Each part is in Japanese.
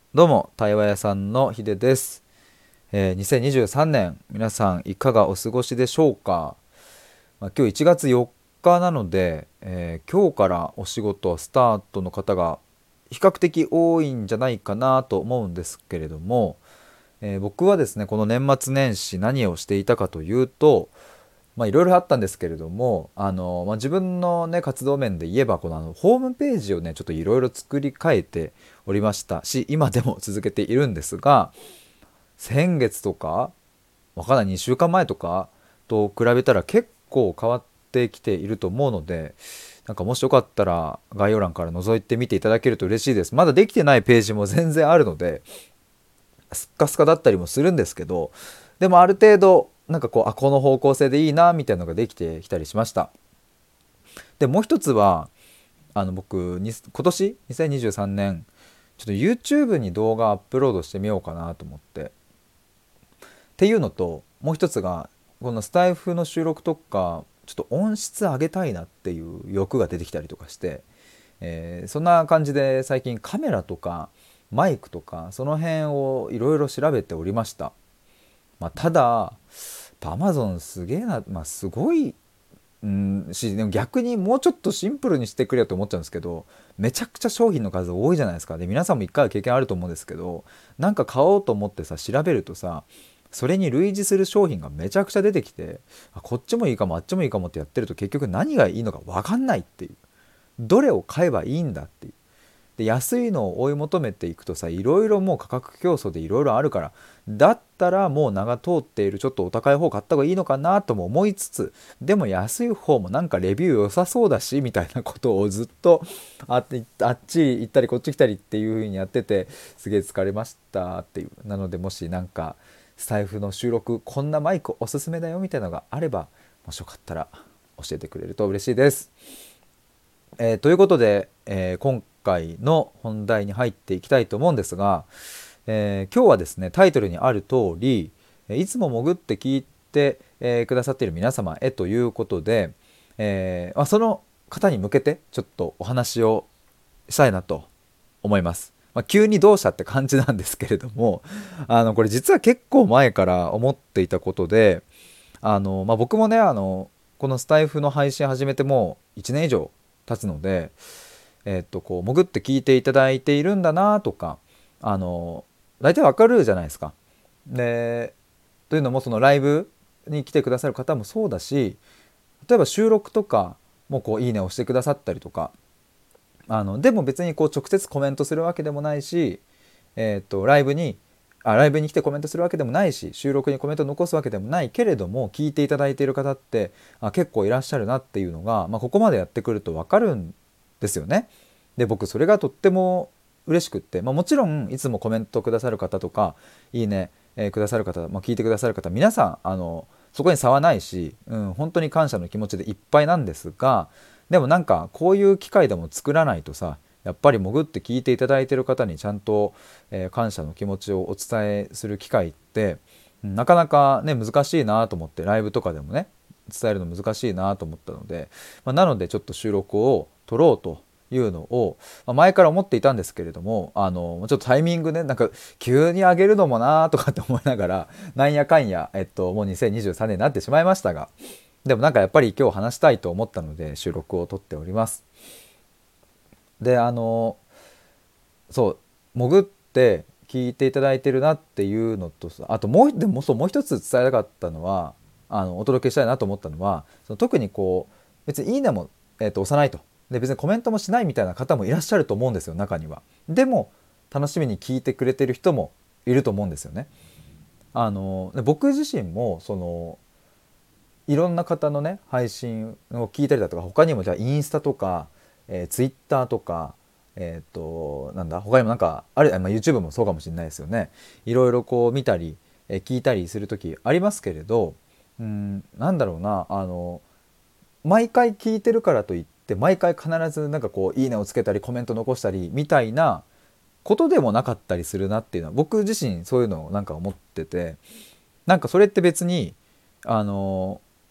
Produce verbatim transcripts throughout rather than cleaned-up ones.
どうも、対話屋さんのヒデです。えー、にせんにじゅうさんねん、皆さんいかがお過ごしでしょうか。まあ、今日いちがつよっかなので、えー今日からお仕事スタートの方が比較的多いんじゃないかなと思うんですけれども、えー僕はですね、この年末年始何をしていたかというと、まあいろいろあったんですけれども、あの、まあ、自分のね、活動面で言えば、このあのホームページをね、ちょっといろいろ作り変えておりましたし、今でも続けているんですが、先月とか、わかんない、にしゅうかんまえとかと比べたら結構変わってきていると思うので、なんかもしよかったら概要欄から覗いてみていただけると嬉しいです。まだできてないページも全然あるので、スッカスカだったりもするんですけど、でもある程度、なんかこう、あ、この方向性でいいな、みたいなのができてきたりしました。で、もう一つは、あの僕に今年にせんにじゅうさんねんちょっと YouTube に動画アップロードしてみようかなと思ってっていうのと、もう一つがこのスタイフの収録とかちょっと音質上げたいなっていう欲が出てきたりとかして、えーそんな感じで最近カメラとかマイクとかその辺をいろいろ調べておりました。まあ、ただ Amazon すげえな、まあ、すごいうんし、でも逆にもうちょっとシンプルにしてくれよと思っちゃうんですけど、めちゃくちゃ商品の数多いじゃないですか。で、皆さんも一回は経験あると思うんですけど、なんか買おうと思ってさ、調べるとさ、それに類似する商品がめちゃくちゃ出てきて、あ、こっちもいいかもあっちもいいかもってやってると結局何がいいのか分かんないっていう、どれを買えばいいんだっていう。で、安いのを追い求めていくとさ、いろいろもう価格競争でいろいろあるから、だったらもう名が通っているちょっとお高い方買った方がいいのかなとも思いつつ、でも安い方もなんかレビュー良さそうだしみたいなことをずっとあっあっち行ったりこっち来たりっていう風にやってて、すげえ疲れましたっていう。なので、もしなんかスタイフの収録こんなマイクおすすめだよみたいなのがあれば、もしよかったら教えてくれると嬉しいです。えーということで、えー今回の本題に入っていきたいと思うんですが、えー今日はですね、タイトルにある通り、えーいつも潜って聞いて、えーくださっている皆様へということで、えーまあ、その方に向けてちょっとお話をしたいなと思います。まあ、急にどうしたって感じなんですけれども、あのこれ実は結構前から思っていたことで、あの、まあ、僕もね、あのこのスタイフの配信始めてもういちねん以上経つので、えっとこう潜って聞いていただいているんだなとか、あの大体わかるじゃないですか。で、というのもそのライブに来てくださる方もそうだし、例えば収録とかもこういいねをしてくださったりとか、あのでも別にこう直接コメントするわけでもないし、えっとライブにあライブに来てコメントするわけでもないし、収録にコメントを残すわけでもないけれども、聞いていただいている方ってあ結構いらっしゃるなっていうのが、まあ、ここまでやってくると分かるんですよね。で、僕それがとっても嬉しくって、まあ、もちろんいつもコメントくださる方とかいいね、えーくださる方、まあ、聞いてくださる方皆さん、あのそこに差はないし、うん、本当に感謝の気持ちでいっぱいなんですが、でもなんかこういう機会でも作らないとさ、やっぱり潜って聞いていただいている方にちゃんと、えー感謝の気持ちをお伝えする機会ってうんなかなかね難しいなと思って、ライブとかでもね伝えるの難しいなと思ったので、まあ、なのでちょっと収録を撮ろうというのを、まあ前から思っていたんですけれども、あのちょっとタイミングね、なんか急に上げるのもなとかって思いながら、なんやかんや、えっと、もうにせんにじゅうさんねんになってしまいましたが、でもなんかやっぱり今日話したいと思ったので収録を撮っております。で、あのそう潜って聞いていただいてるなっていうのとさ、あともうでもそうもう一つ伝えたかったのは、あのお届けしたいなと思ったのは、その特にこう別にいいねも、えーと押さないと、で別にコメントもしないみたいな方もいらっしゃると思うんですよ、中には。でも楽しみに聞いてくれてる人もいると思うんですよね。あので僕自身もそのいろんな方のね配信を聞いたりだとか、他にもじゃあインスタとか、えー、ツイッターとか、えっ、となんだ他にもなんかある、まあ、YouTube もそうかもしれないですよね。いろいろこう見たり、えー聞いたりする時ありますけれど、うん、なんだろうな、あの毎回聞いてるからといって毎回必ずなんかこういいねをつけたりコメント残したりみたいなことでもなかったりするなっていうのは、僕自身そういうのをなんか思ってて、なんかそれって別にあの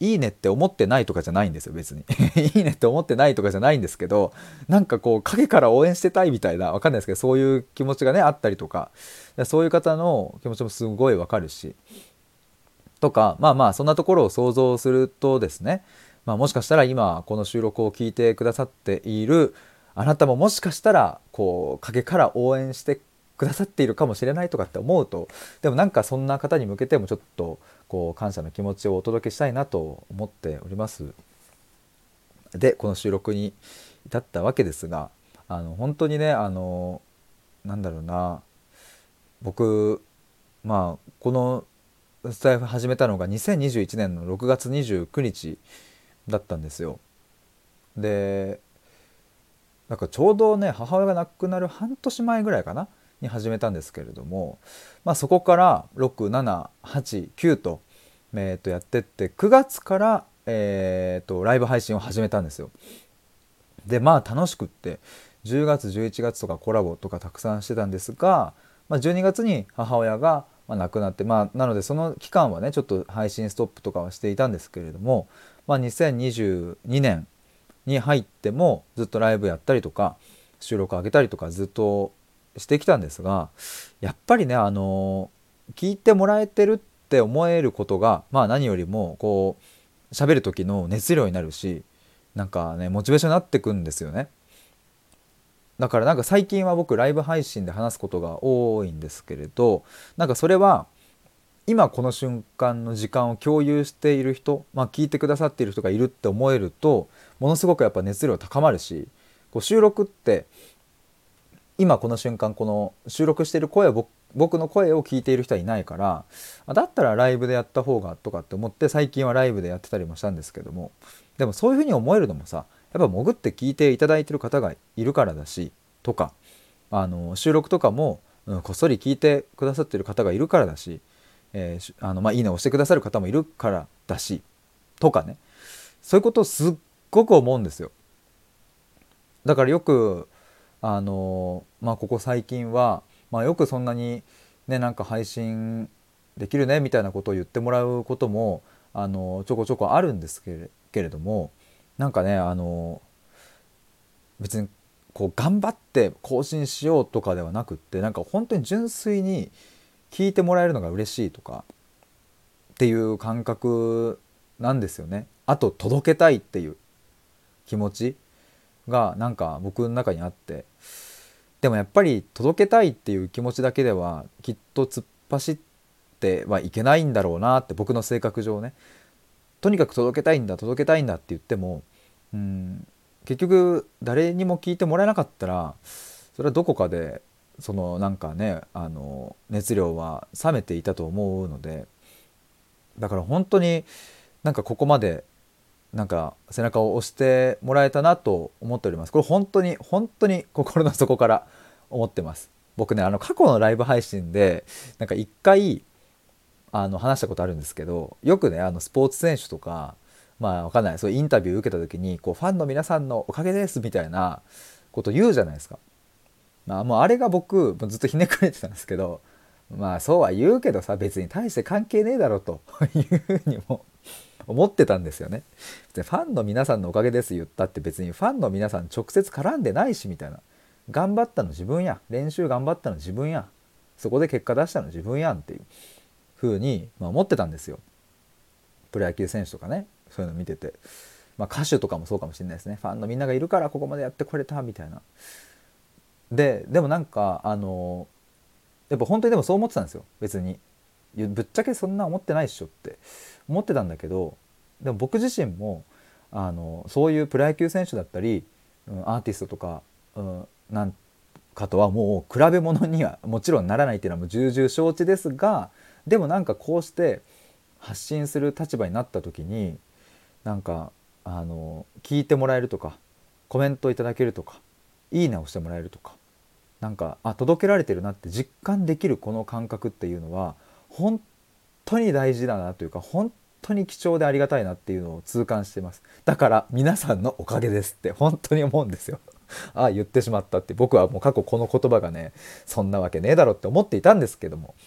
いいねって思ってないとかじゃないんですよ別にいいねって思ってないとかじゃないんですけど、なんかこう影から応援してたいみたいな、わかんないですけど、そういう気持ちがねあったりとか、そういう方の気持ちもすごいわかるしとか、まあまあそんなところを想像するとですね、まあ、もしかしたら今この収録を聞いてくださっているあなたももしかしたらこう陰から応援してくださっているかもしれないとかって思うと、でもなんかそんな方に向けてもちょっとこう感謝の気持ちをお届けしたいなと思っております。でこの収録に至ったわけですが、あの本当にね、あのなんだろうな、僕まあこのスタイフ始めたのがにせんにじゅういちねんのろくがつにじゅうくにちだったんですよ。でなんかちょうどね母親が亡くなる半年前ぐらいかなに始めたんですけれども、まあ、そこからろく、なな、はち、きゅうと、えー、とやってってくがつから、えー、とライブ配信を始めたんですよ。でまあ楽しくってじゅうがつじゅういちがつとかコラボとかたくさんしてたんですが、まあ、じゅうにがつに母親がまあ亡くなって、まあ、なのでその期間はねちょっと配信ストップとかはしていたんですけれども、まあ、にせんにじゅうにねんに入ってもずっとライブやったりとか収録上げたりとかずっとしてきたんですが、やっぱりね、あの聞いてもらえてるって思えることが、まあ何よりもこう喋る時の熱量になるし、なんかねモチベーションになってくんですよね。だからなんか最近は僕ライブ配信で話すことが多いんですけれど、なんかそれは今この瞬間の時間を共有している人、まあ、聞いてくださっている人がいるって思えるとものすごくやっぱ熱量高まるし、こう収録って今この瞬間この収録している声を僕僕の声を聞いている人はいないから、だったらライブでやった方がとかって思って最近はライブでやってたりもしたんですけども、でもそういうふうに思えるのもさ、やっぱ潜って聞いていただいている方がいるからだしとか、あの収録とかも、うん、こっそり聞いてくださっている方がいるからだし、えーあのまあ、いいねを押してくださる方もいるからだしとかね、そういうことをすっごく思うんですよ。だからよくあのまあここ最近は、まあ、よくそんなにねなんか配信できるねみたいなことを言ってもらうこともあのちょこちょこあるんですけれ、けれども、なんかねあの別にこう頑張って更新しようとかではなくって、なんか本当に純粋に聞いてもらえるのが嬉しいとかっていう感覚なんですよね。あと届けたいっていう気持ちがなんか僕の中にあって、でもやっぱり届けたいっていう気持ちだけではきっと突っ走ってはいけないんだろうなって、僕の性格上ね、とにかく届けたいんだ届けたいんだって言っても、うん結局誰にも聞いてもらえなかったら、それはどこかでそのなんかねあの熱量は冷めていたと思うので、だから本当になんかここまでなんか背中を押してもらえたなと思っております。これ本当に本当に心の底から思ってます。僕ねあの過去のライブ配信でなんか一回あの話したことあるんですけど、よくねあのスポーツ選手とかまあわかんない、そういうインタビュー受けた時にこうファンの皆さんのおかげですみたいなこと言うじゃないですか。まあもうあれが僕ずっとひねくれてたんですけど、まあそうは言うけどさ別に大して関係ねえだろというふうにも思ってたんですよね。でファンの皆さんのおかげです言ったって別にファンの皆さん直接絡んでないしみたいな、頑張ったの自分や、練習頑張ったの自分や、そこで結果出したの自分やんっていう風に、まあ、思ってたんですよ。プロ野球選手とかねそういうの見てて、まあ、歌手とかもそうかもしれないですね。ファンのみんながいるからここまでやってこれたみたいな。ででもなんかあのやっぱ本当にでもそう思ってたんですよ別に。ぶっちゃけそんな思ってないっしょって思ってたんだけど、でも僕自身もあのそういうプロ野球選手だったり、うん、アーティストとか、うん、なんかとはもう比べ物にはもちろんならないっていうのはもう重々承知ですが、でもなんかこうして発信する立場になった時になんかあの聞いてもらえるとかコメントいただけるとかいいねをしてもらえるとか、なんかあ届けられてるなって実感できるこの感覚っていうのは本当に大事だなというか、本当に貴重でありがたいなっていうのを痛感してます。だから皆さんのおかげですって本当に思うんですよああ言ってしまったって、僕はもう過去この言葉がねそんなわけねえだろって思っていたんですけども、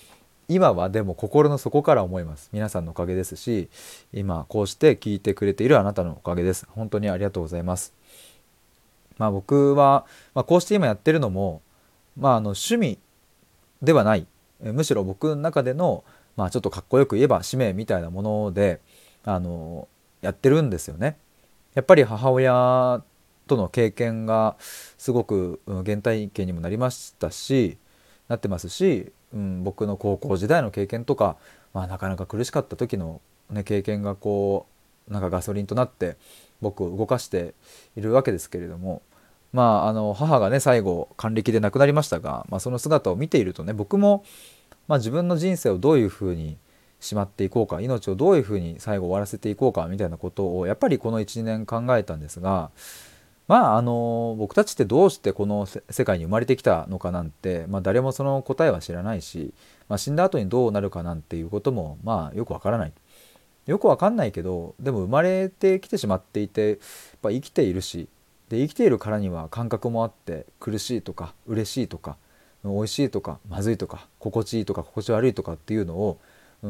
今はでも心の底から思います。皆さんのおかげですし、今こうして聞いてくれているあなたのおかげです。本当にありがとうございます。まあ僕は、まあ、こうして今やってるのも、まああの趣味ではない、えむしろ僕の中での、まあちょっとかっこよく言えば使命みたいなもので、あのやってるんですよね。やっぱり母親との経験がすごくうん原体験にもなりましたし、なってますし、うん、僕の高校時代の経験とか、まあ、なかなか苦しかった時の、ね、経験がこうなんかガソリンとなって僕を動かしているわけですけれども、まああの母がね最後還暦で亡くなりましたが、まあ、その姿を見ているとね、僕もまあ、自分の人生をどういうふうにしまっていこうか、命をどういうふうに最後終わらせていこうかみたいなことをやっぱりこのいちねん考えたんですが、まああの僕たちってどうしてこのせ世界に生まれてきたのかなんて、まあ、誰もその答えは知らないし、まあ、死んだ後にどうなるかなんていうこともまあよくわからない。よくわかんないけど、でも生まれてきてしまっていて、やっぱ生きているし、で生きているからには感覚もあって、苦しいとか嬉しいとか美味しいとかまずいとか心地いいとか心地悪いとかっていうのを、うん、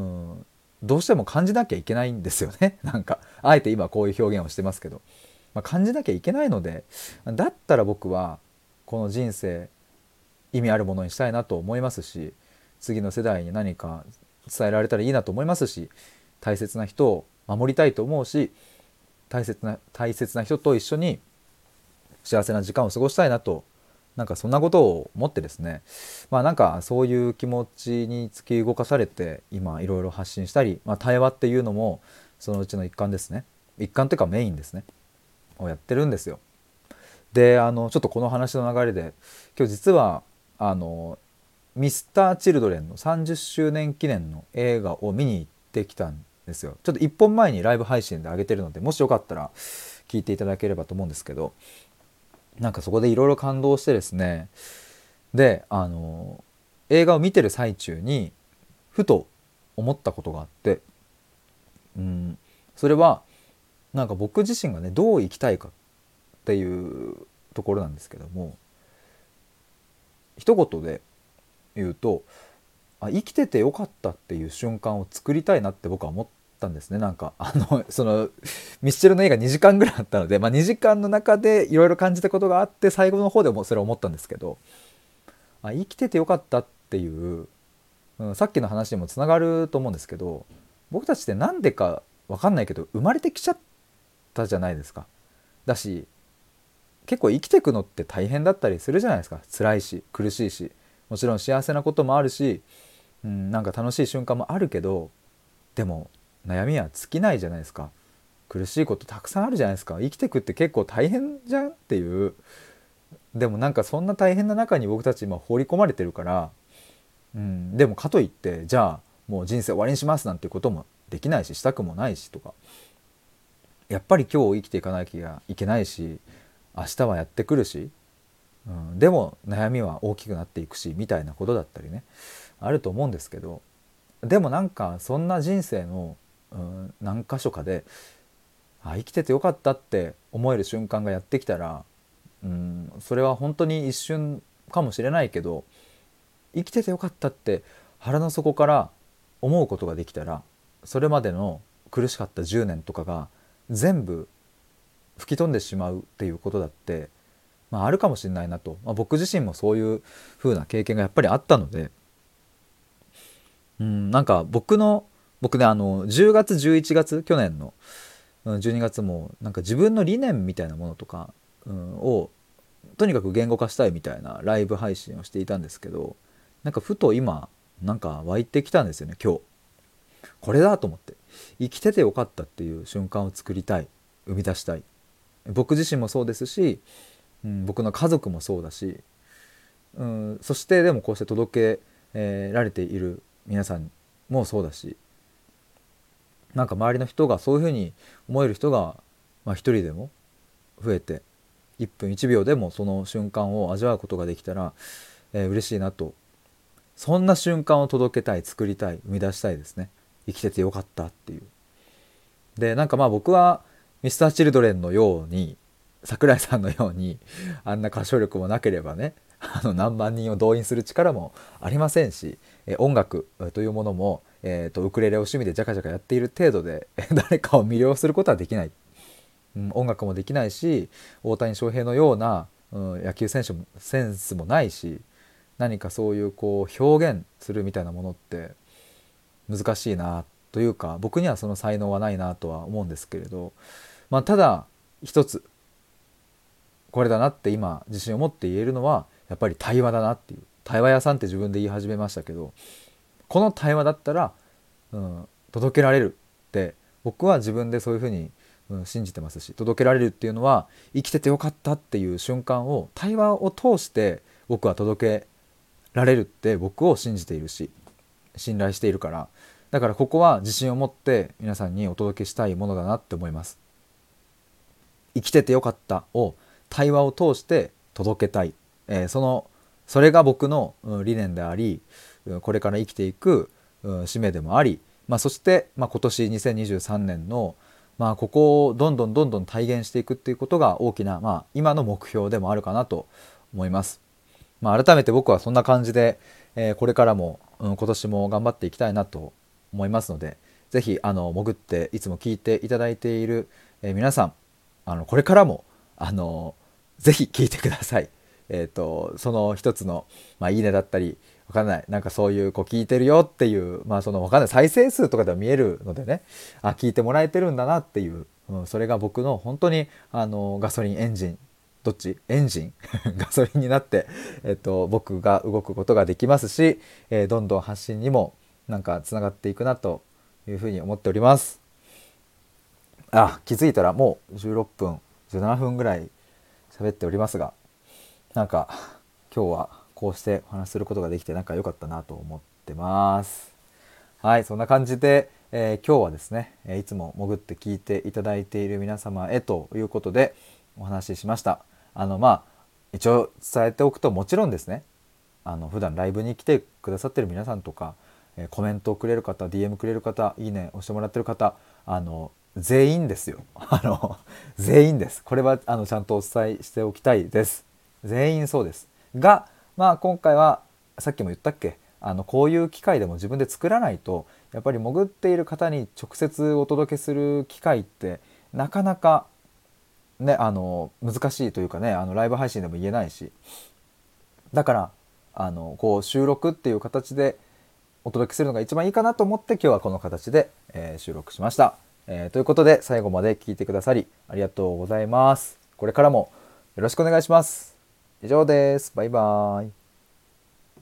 どうしても感じなきゃいけないんですよね。なんかあえて今こういう表現をしてますけど、まあ、感じなきゃいけないので、だったら僕はこの人生意味あるものにしたいなと思いますし、次の世代に何か伝えられたらいいなと思いますし、大切な人を守りたいと思うし、大切な大切な人と一緒に幸せな時間を過ごしたいなと、なんかそんなことを思ってですね、まあなんかそういう気持ちに突き動かされて今いろいろ発信したり、まあ、対話っていうのもそのうちの一環ですね。一環というかメインですねをやってるんですよ。であのちょっとこの話の流れで、今日実はあのミスターチルドレンのさんじゅっしゅうねん記念の映画を見に行ってきたんですよ。ちょっといっぽんまえにライブ配信で上げてるので、もしよかったら聞いていただければと思うんですけど、なんかそこでいろいろ感動してですね、であの映画を見てる最中にふと思ったことがあって、うん、それはなんか僕自身がねどう生きたいかっていうところなんですけども、一言で言うと、あ生きててよかったっていう瞬間を作りたいなって僕は思ったんですね。なんかあのそのミスチルの映画にじかんぐらいあったので、まあ、にじかんの中でいろいろ感じたことがあって、最後の方でもそれを思ったんですけど、あ生きててよかったっていう、うん、さっきの話にもつながると思うんですけど、僕たちってなんでか分かんないけど生まれてきちゃったじゃないですか。だし結構生きていくのって大変だったりするじゃないですか。辛いし苦しいし、もちろん幸せなこともあるし、うん、なんか楽しい瞬間もあるけど、でも悩みは尽きないじゃないですか。苦しいことたくさんあるじゃないですか。生きていくって結構大変じゃんっていう。でもなんかそんな大変な中に僕たち今放り込まれてるから、うん、でもかといってじゃあもう人生終わりにしますなんていうこともできないし、したくもないしとか、やっぱり今日生きていかなきゃいけないし、明日はやってくるし、うん、でも悩みは大きくなっていくしみたいなことだったりね、あると思うんですけど、でもなんかそんな人生の、うん、何箇所かであ生きててよかったって思える瞬間がやってきたら、うん、それは本当に一瞬かもしれないけど、生きててよかったって腹の底から思うことができたら、それまでの苦しかったじゅうねんとかが全部吹き飛んでしまうっていうことだって、まあ、あるかもしれないなと、まあ、僕自身もそういう風な経験がやっぱりあったので、うん、なんか僕の僕ねあのじゅうがつじゅういちがつ去年のうんじゅうにがつもなんか自分の理念みたいなものとか、うん、をとにかく言語化したいみたいなライブ配信をしていたんですけど、なんかふと今なんか湧いてきたんですよね。今日これだと思って、生きててよかったっていう瞬間を作りたい、生み出したい。僕自身もそうですし、うん、僕の家族もそうだし、うん、そしてでもこうして届け、えーられている皆さんもそうだし、なんか周りの人がそういうふうに思える人が、まあ、一人でも増えていっぷんいちびょうでもその瞬間を味わうことができたら、えー嬉しいなと。そんな瞬間を届けたい、作りたい、生み出したいですね。生きててよかったっていう。でなんかまあ僕はミスターチルドレンのように、桜井さんのようにあんな歌唱力もなければね、 あの何万人を動員する力もありませんし、え音楽というものも、えー、とウクレレを趣味でジャカジャカやっている程度で誰かを魅了することはできない、うん、音楽もできないし、大谷翔平のような、うん、野球選手もセンスもないし、何かそういうこう表現するみたいなものって難しいなというか、僕にはその才能はないなとは思うんですけれど、まあ、ただ一つこれだなって今自信を持って言えるのはやっぱり対話だなっていう。対話屋さんって自分で言い始めましたけど、この対話だったら、うん、届けられるって僕は自分でそういうふうに、うん、信じてますし、届けられるっていうのは生きててよかったっていう瞬間を対話を通して僕は届けられるって僕を信じているし信頼しているから、だからここは自信を持って皆さんにお届けしたいものだなって思います。生きててよかったを対話を通して届けたい、えーそのそれが僕のうん理念であり、うんこれから生きていくうん使命でもあり、まあ、そして、まあ、今年にせんにじゅうさんねんの、まあ、ここをどんどんどんどん体現していくっていうことが大きな、まあ、今の目標でもあるかなと思います。まあ、改めて僕はそんな感じで、えーこれからも、うん、今年も頑張っていきたいなと思いますので、ぜひあの潜っていつも聞いていただいている、えー皆さん、あのこれからもあのぜひ聞いてください。えっ、とその一つの、まあ、いいねだったりわかんない、なんかそういうこう聞いてるよっていう、まあそのわかんない再生数とかでは見えるのでね、あ聞いてもらえてるんだなっていう、うん、それが僕の本当にあのガソリンエンジン、どっちエンジンガソリンになって、えっと、僕が動くことができますし、えーどんどん発信にもなんかつながっていくなというふうに思っております。あ、気づいたらもうじゅうろっぷんじゅうななふんぐらい喋っておりますが、なんか今日はこうしてお話しすることができてなんか良かったなと思ってます。はい、そんな感じで、えー今日はですね、えーいつも潜って聞いていただいている皆様へということでお話ししました。あのまあ一応伝えておくと、もちろんですね、あの普段ライブに来てくださってる皆さんとか、えーコメントをくれる方、 ディーエム くれる方、いいね押してもらってる方、あの全員ですよ。あの全員です。これはあのちゃんとお伝えしておきたいです。全員そうですが、まあ今回はさっきも言ったっけ、あのこういう機会でも自分で作らないと、やっぱり潜っている方に直接お届けする機会ってなかなかね、あの難しいというかね、あのライブ配信でも言えないし、だからあのこう収録っていう形でお届けするのが一番いいかなと思って今日はこの形で、えー収録しました。えーということで最後まで聞いてくださりありがとうございます。これからもよろしくお願いします。以上です。バイバーイ。